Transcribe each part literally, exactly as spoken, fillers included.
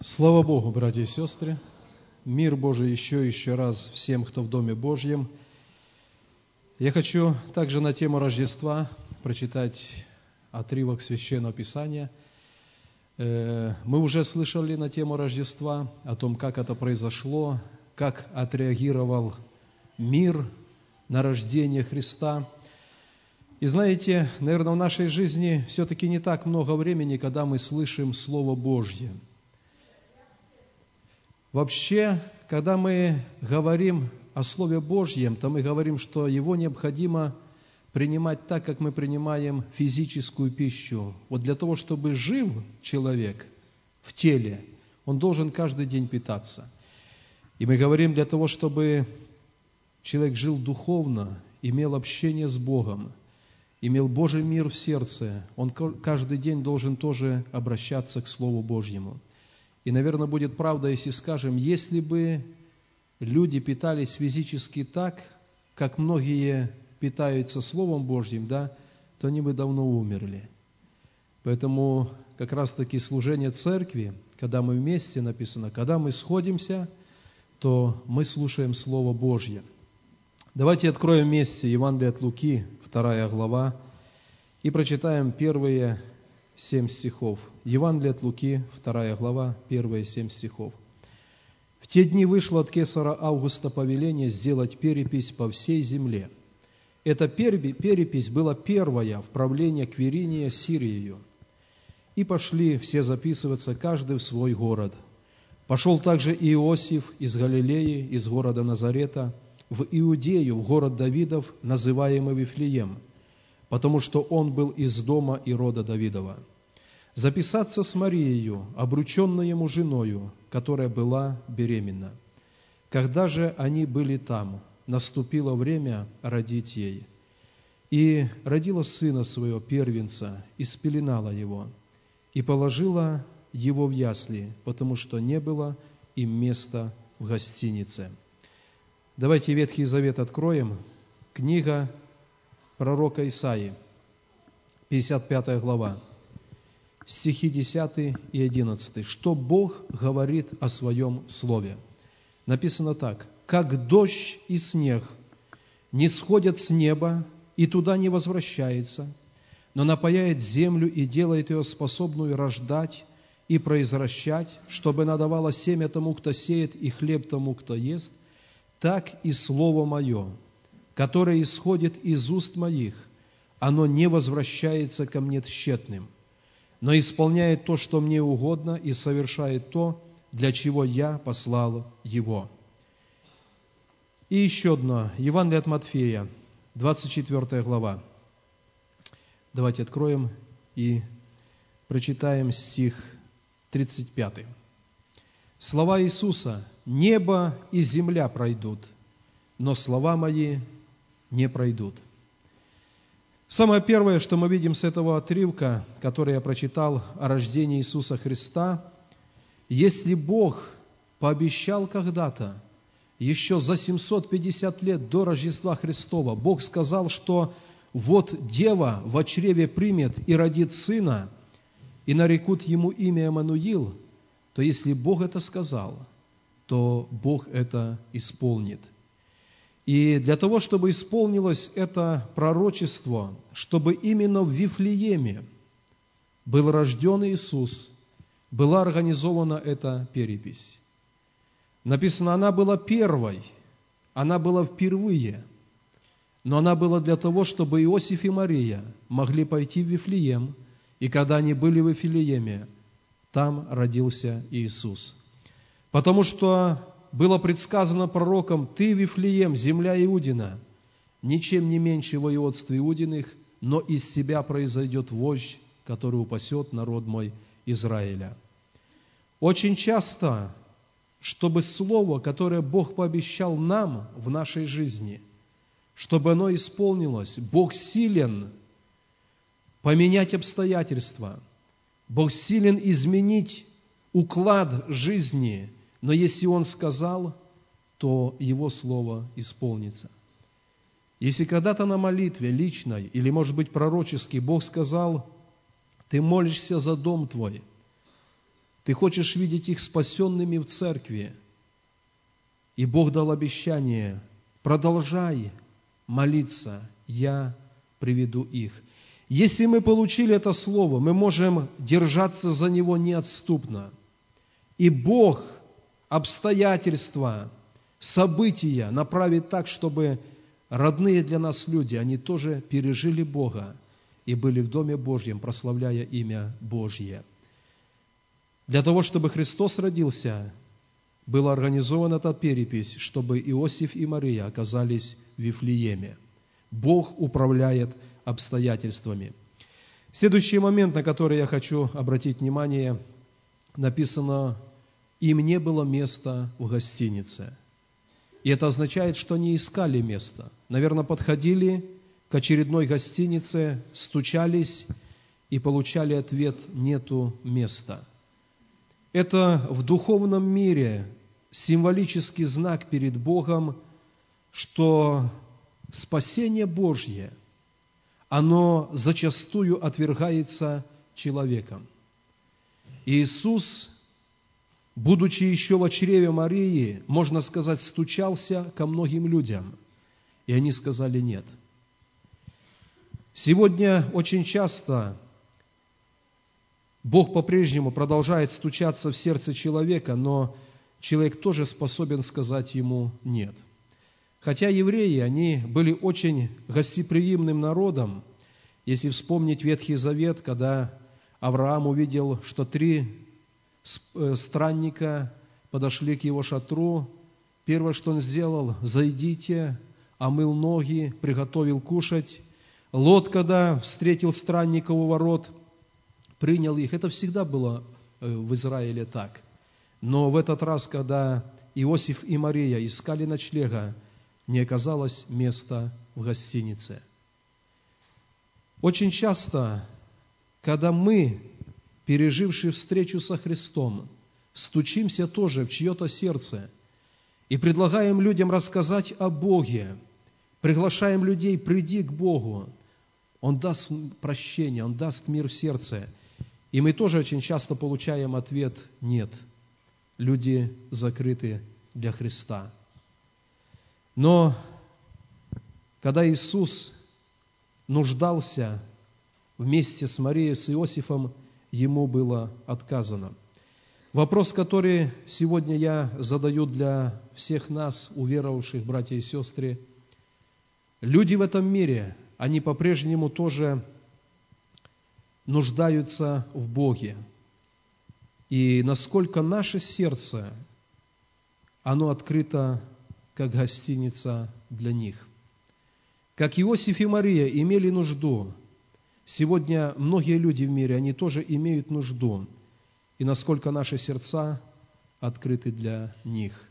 Слава Богу, братья и сестры! Мир Божий еще и еще раз всем, кто в Доме Божьем. Я хочу также на тему Рождества прочитать отрывок Священного Писания. Мы уже слышали на тему Рождества, о том, как это произошло, как отреагировал мир на рождение Христа. И знаете, наверное, в нашей жизни все-таки не так много времени, когда мы слышим Слово Божье. Вообще, когда мы говорим о Слове Божьем, то мы говорим, что его необходимо принимать так, как мы принимаем физическую пищу. Вот для того, чтобы жил человек в теле, он должен каждый день питаться. И мы говорим для того, чтобы человек жил духовно, имел общение с Богом, имел Божий мир в сердце, он каждый день должен тоже обращаться к Слову Божьему. И, наверное, будет правда, если скажем, если бы люди питались физически так, как многие питаются Словом Божьим, да, то они бы давно умерли. Поэтому как раз-таки служение церкви, когда мы вместе, написано, когда мы сходимся, то мы слушаем Слово Божье. Давайте откроем вместе Евангелие от Луки, вторая глава, и прочитаем первые семь стихов. Евангелие от Луки, вторая глава, первые семь стихов. «В те дни вышло от кесаря Августа повеление сделать перепись по всей земле. Эта перепись была первая в правлении Квириния Сирией. И пошли все записываться, каждый в свой город. Пошел также Иосиф из Галилеи, из города Назарета, в Иудею, в город Давидов, называемый Вифлеем, потому что он был из дома и рода Давидова, записаться с Марией, обрученной ему женою, которая была беременна. Когда же они были там, наступило время родить ей. И родила сына своего первенца, и спеленала его, и положила его в ясли, потому что не было им места в гостинице». Давайте Ветхий Завет откроем. Книга пророка Исаии, пятьдесят пятая глава, стихи десятый и одиннадцатый. Что Бог говорит о Своем Слове? Написано так: «Как дождь и снег не сходят с неба и туда не возвращается, но напояет землю и делает ее способную рождать и произвращать, чтобы она давала семя тому, кто сеет, и хлеб тому, кто ест, так и Слово Мое, которое исходит из уст Моих, оно не возвращается ко Мне тщетным, но исполняет то, что Мне угодно, и совершает то, для чего Я послал его». И еще одно, Евангелие от Матфея, двадцать четвёртая глава. Давайте откроем и прочитаем стих тридцать пятый. Слова Иисуса: «Небо и земля пройдут, но слова Мои не пройдут». Самое первое, что мы видим с этого отрывка, который я прочитал о рождении Иисуса Христа, если Бог пообещал когда-то, еще за семьсот пятьдесят лет до Рождества Христова, Бог сказал, что вот дева во чреве примет и родит сына, и нарекут ему имя Эммануил, то если Бог это сказал, то Бог это исполнит. И для того, чтобы исполнилось это пророчество, чтобы именно в Вифлееме был рожден Иисус, была организована эта перепись. Написано, она была первой, она была впервые, но она была для того, чтобы Иосиф и Мария могли пойти в Вифлеем, и когда они были в Вифлееме, там родился Иисус. Потому что было предсказано пророком: «Ты, Вифлеем, земля Иудина, ничем не меньше воеводств Иудиных, но из тебя произойдет вождь, который упасет народ мой Израиля». Очень часто, чтобы слово, которое Бог пообещал нам в нашей жизни, чтобы оно исполнилось, Бог силен поменять обстоятельства, Бог силен изменить уклад жизни, но если Он сказал, то Его Слово исполнится. Если когда-то на молитве личной, или, может быть, пророчески, Бог сказал: «Ты молишься за дом твой, Ты хочешь видеть их спасенными в церкви. И Бог дал обещание: продолжай молиться, я приведу их. Если мы получили это слово, мы можем держаться за него неотступно. И Бог обстоятельства, события направит так, чтобы родные для нас люди, они тоже пережили Бога и были в Доме Божьем, прославляя имя Божье. Для того, чтобы Христос родился, была организована эта перепись, чтобы Иосиф и Мария оказались в Вифлееме. Бог управляет обстоятельствами. Следующий момент, на который я хочу обратить внимание, написано: «Им не было места в гостинице». И это означает, что они искали место. Наверное, подходили к очередной гостинице, стучались и получали ответ: «Нету места». Это в духовном мире символический знак перед Богом, что спасение Божье, оно зачастую отвергается человеком. Иисус, будучи еще в чреве Марии, можно сказать, стучался ко многим людям, и они сказали «нет». Сегодня очень часто Бог по-прежнему продолжает стучаться в сердце человека, но человек тоже способен сказать ему «нет». Хотя евреи, они были очень гостеприимным народом. Если вспомнить Ветхий Завет, когда Авраам увидел, что три странника подошли к его шатру, первое, что он сделал: «Зайдите», омыл ноги, приготовил кушать. Лот, когда встретил странников у ворот, принял их. Это всегда было в Израиле так. Но в этот раз, когда Иосиф и Мария искали ночлега, не оказалось места в гостинице. Очень часто, когда мы, пережившие встречу со Христом, стучимся тоже в чье-то сердце и предлагаем людям рассказать о Боге, приглашаем людей: приди к Богу, Он даст прощение, Он даст мир в сердце. И мы тоже очень часто получаем ответ: нет, люди закрыты для Христа. Но когда Иисус нуждался вместе с Марией, с Иосифом, Ему было отказано. Вопрос, который сегодня я задаю для всех нас, уверовавших, братья и сестры: люди в этом мире, они по-прежнему тоже нуждаются в Боге. И насколько наше сердце, оно открыто, как гостиница для них. Как Иосиф и Мария имели нужду, сегодня многие люди в мире, они тоже имеют нужду. И насколько наши сердца открыты для них.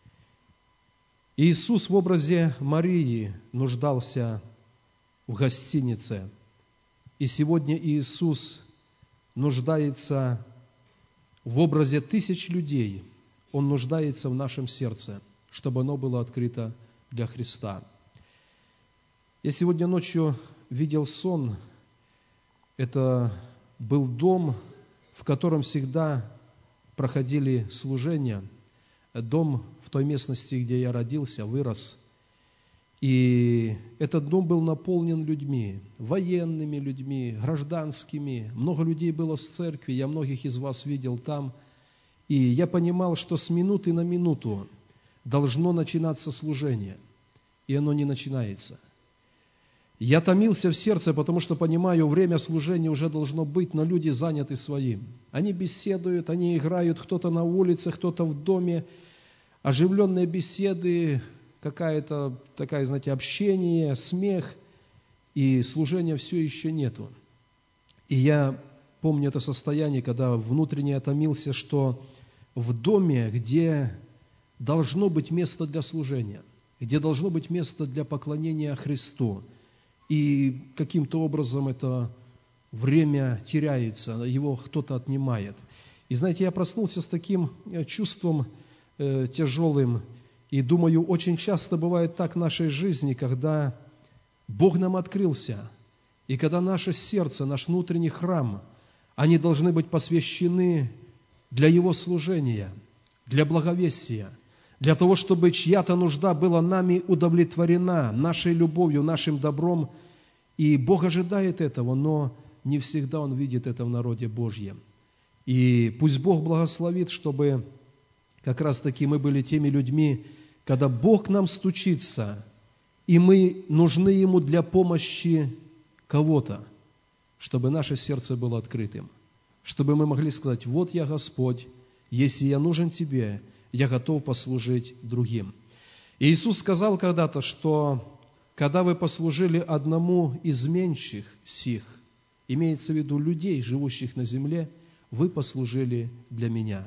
Иисус в образе Марии нуждался в гостинице. И сегодня Иисус нуждается в образе тысяч людей. Он нуждается в нашем сердце, чтобы оно было открыто для Христа. Я сегодня ночью видел сон. Это был дом, в котором всегда проходили служения. Дом в той местности, где я родился, вырос. И этот дом был наполнен людьми, военными людьми, гражданскими. Много людей было с церкви, я многих из вас видел там. И я понимал, что с минуты на минуту должно начинаться служение, и оно не начинается. Я томился в сердце, потому что понимаю, время служения уже должно быть, но люди заняты своим. Они беседуют, они играют, кто-то на улице, кто-то в доме. Оживленные беседы, какая-то такая, знаете, общение, смех, и служения все еще нету. И я помню это состояние, когда внутренне я томился, что в доме, где должно быть место для служения, где должно быть место для поклонения Христу, и каким-то образом это время теряется, его кто-то отнимает. И знаете, я проснулся с таким чувством э, тяжелым, и думаю, очень часто бывает так в нашей жизни, когда Бог нам открылся, и когда наше сердце, наш внутренний храм, они должны быть посвящены для Его служения, для благовестия, для того, чтобы чья-то нужда была нами удовлетворена, нашей любовью, нашим добром. И Бог ожидает этого, но не всегда Он видит это в народе Божьем. И пусть Бог благословит, чтобы как раз-таки мы были теми людьми, когда Бог к нам стучится, и мы нужны Ему для помощи кого-то, чтобы наше сердце было открытым, чтобы мы могли сказать: «Вот я, Господь, если я нужен Тебе, я готов послужить другим». И Иисус сказал когда-то, что когда вы послужили одному из меньших сих, имеется в виду людей, живущих на земле, вы послужили для Меня.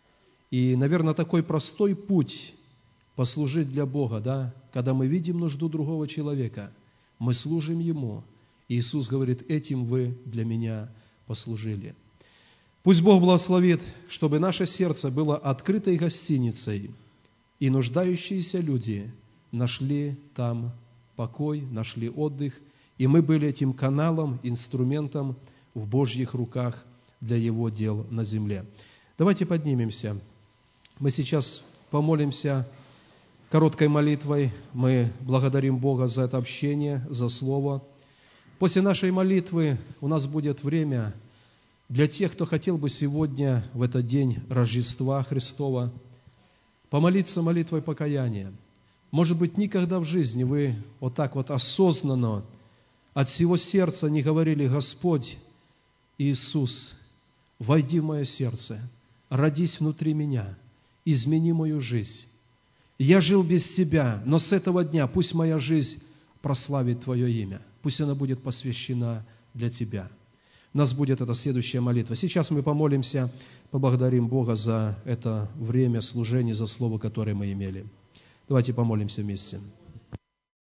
И, наверное, такой простой путь послужить для Бога, да, когда мы видим нужду другого человека, мы служим Ему. И Иисус говорит: этим вы для Меня послужили. Пусть Бог благословит, чтобы наше сердце было открытой гостиницей, и нуждающиеся люди нашли там покой, нашли отдых, и мы были этим каналом, инструментом в Божьих руках для Его дел на земле. Давайте поднимемся. Мы сейчас помолимся короткой молитвой. Мы благодарим Бога за это общение, за Слово. После нашей молитвы у нас будет время для тех, кто хотел бы сегодня, в этот день Рождества Христова, помолиться молитвой покаяния. Может быть, никогда в жизни вы вот так вот осознанно, от всего сердца не говорили: «Господь Иисус, войди в мое сердце, родись внутри меня, измени мою жизнь. Я жил без Тебя, но с этого дня пусть моя жизнь прославит Твое имя, пусть она будет посвящена для Тебя». У нас будет эта следующая молитва. Сейчас мы помолимся, поблагодарим Бога за это время служения, за слово, которое мы имели. Давайте помолимся вместе.